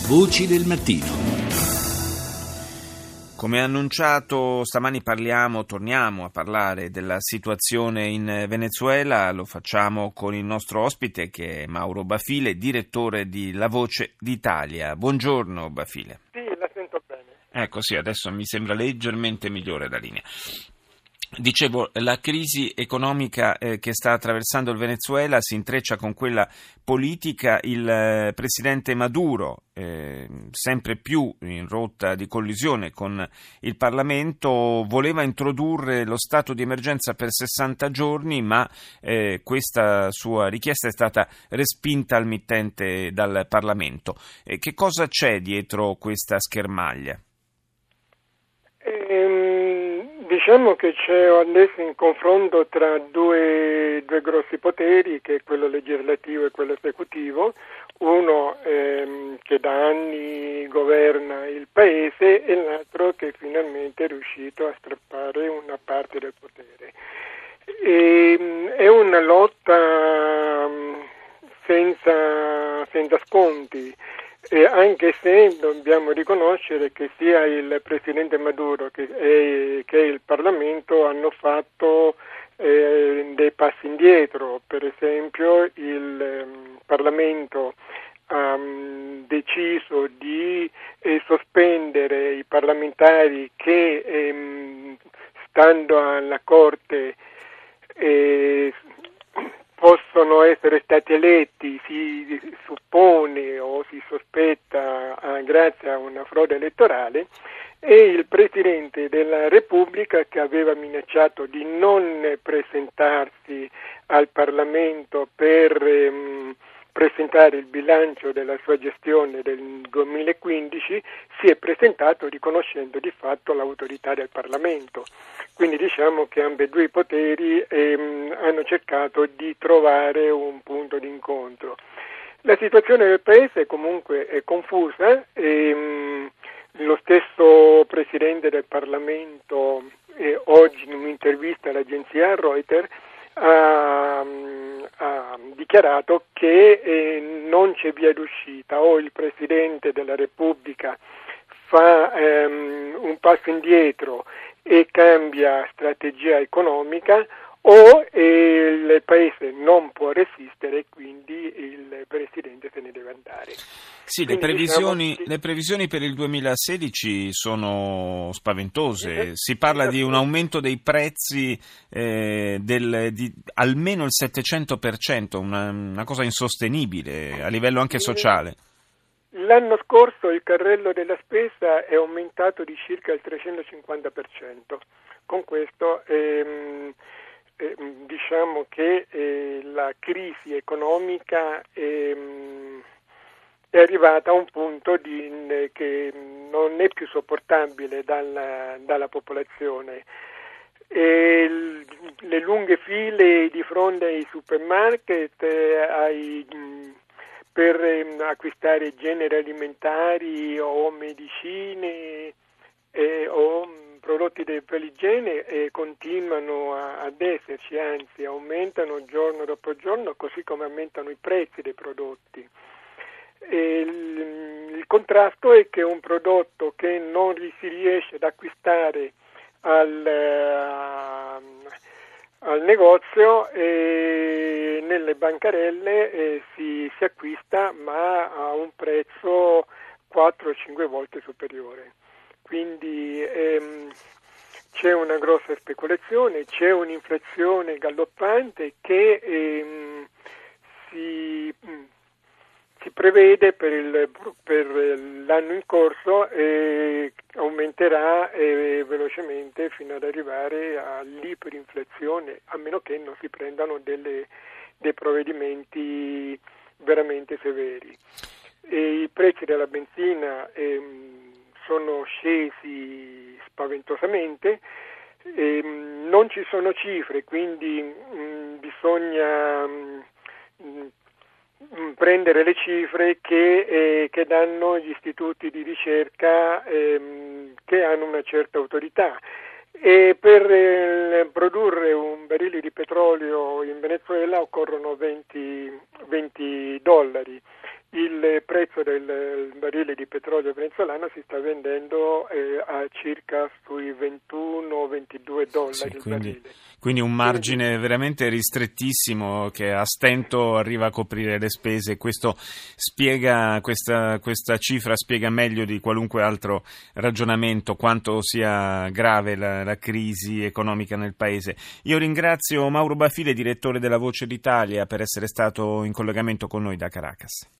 Voci del mattino. Come annunciato, stamani torniamo a parlare della situazione in Venezuela. Lo facciamo con il nostro ospite che è Mauro Bafile, direttore di La Voce d'Italia. Buongiorno Bafile. Sì, la sento bene. Ecco, sì, adesso mi sembra leggermente migliore la linea. Dicevo, la crisi economica che sta attraversando il Venezuela si intreccia con quella politica. Il presidente Maduro, sempre più in rotta di collisione con il Parlamento, voleva introdurre lo stato di emergenza per 60 giorni, ma questa sua richiesta è stata respinta al mittente dal Parlamento. Che cosa c'è dietro questa schermaglia? Diciamo che c'è adesso un confronto tra due grossi poteri, che è quello legislativo e quello esecutivo, uno che da anni governa il paese e l'altro che finalmente è riuscito a strappare una parte del potere. È una lotta senza sconti. Anche se dobbiamo riconoscere che sia il presidente Maduro che il Parlamento hanno fatto dei passi indietro. Per esempio il Parlamento ha deciso di sospendere i parlamentari che stando alla Corte possono essere stati eletti, si suppone o si sospetta grazie a una frode elettorale, e il Presidente della Repubblica, che aveva minacciato di non presentarsi al Parlamento per presentare il bilancio della sua gestione del 2015, si è presentato riconoscendo di fatto l'autorità del Parlamento. Quindi diciamo che ambedue i poteri hanno cercato di trovare un punto di incontro. La situazione del Paese comunque è confusa. Lo stesso Presidente del Parlamento oggi in un'intervista all'agenzia Reuters ha dichiarato che non c'è via d'uscita: o il Presidente della Repubblica fa un passo indietro e cambia strategia economica, o il Paese non può resistere e quindi il Presidente se ne deve andare. Sì, quindi le previsioni per il 2016 sono spaventose. Si parla di un aumento dei prezzi di almeno il 700%, una cosa insostenibile a livello anche sociale. L'anno scorso il carrello della spesa è aumentato di circa il 350%. Con questo diciamo che la crisi economica è arrivata a un punto che non è più sopportabile dalla popolazione. Le lunghe file di fronte ai supermarket, per acquistare generi alimentari o medicine o prodotti per l'igiene continuano ad esserci, anzi aumentano giorno dopo giorno, così come aumentano i prezzi dei prodotti. Il contrasto è che un prodotto che non si riesce ad acquistare al negozio nelle bancarelle si acquista, ma a un prezzo 4-5 volte superiore. Quindi c'è una grossa speculazione, c'è un'inflazione galoppante che si prevede per l'anno in corso aumenterà velocemente fino ad arrivare all'iperinflazione, a meno che non si prendano dei provvedimenti veramente severi. I prezzi della benzina sono scesi spaventosamente, non ci sono cifre, quindi bisogna prendere le cifre che danno gli istituti di ricerca che hanno una certa autorità. E per produrre un barile di petrolio in Venezuela occorrono $20. il prezzo del barile di petrolio venezuelano si sta vendendo a circa sui 21-22 dollari il barile. Quindi un margine veramente ristrettissimo che a stento arriva a coprire le spese. Questo spiega, questa cifra spiega meglio di qualunque altro ragionamento quanto sia grave la crisi economica nel paese. Io ringrazio Mauro Bafile, direttore della Voce d'Italia, per essere stato in collegamento con noi da Caracas.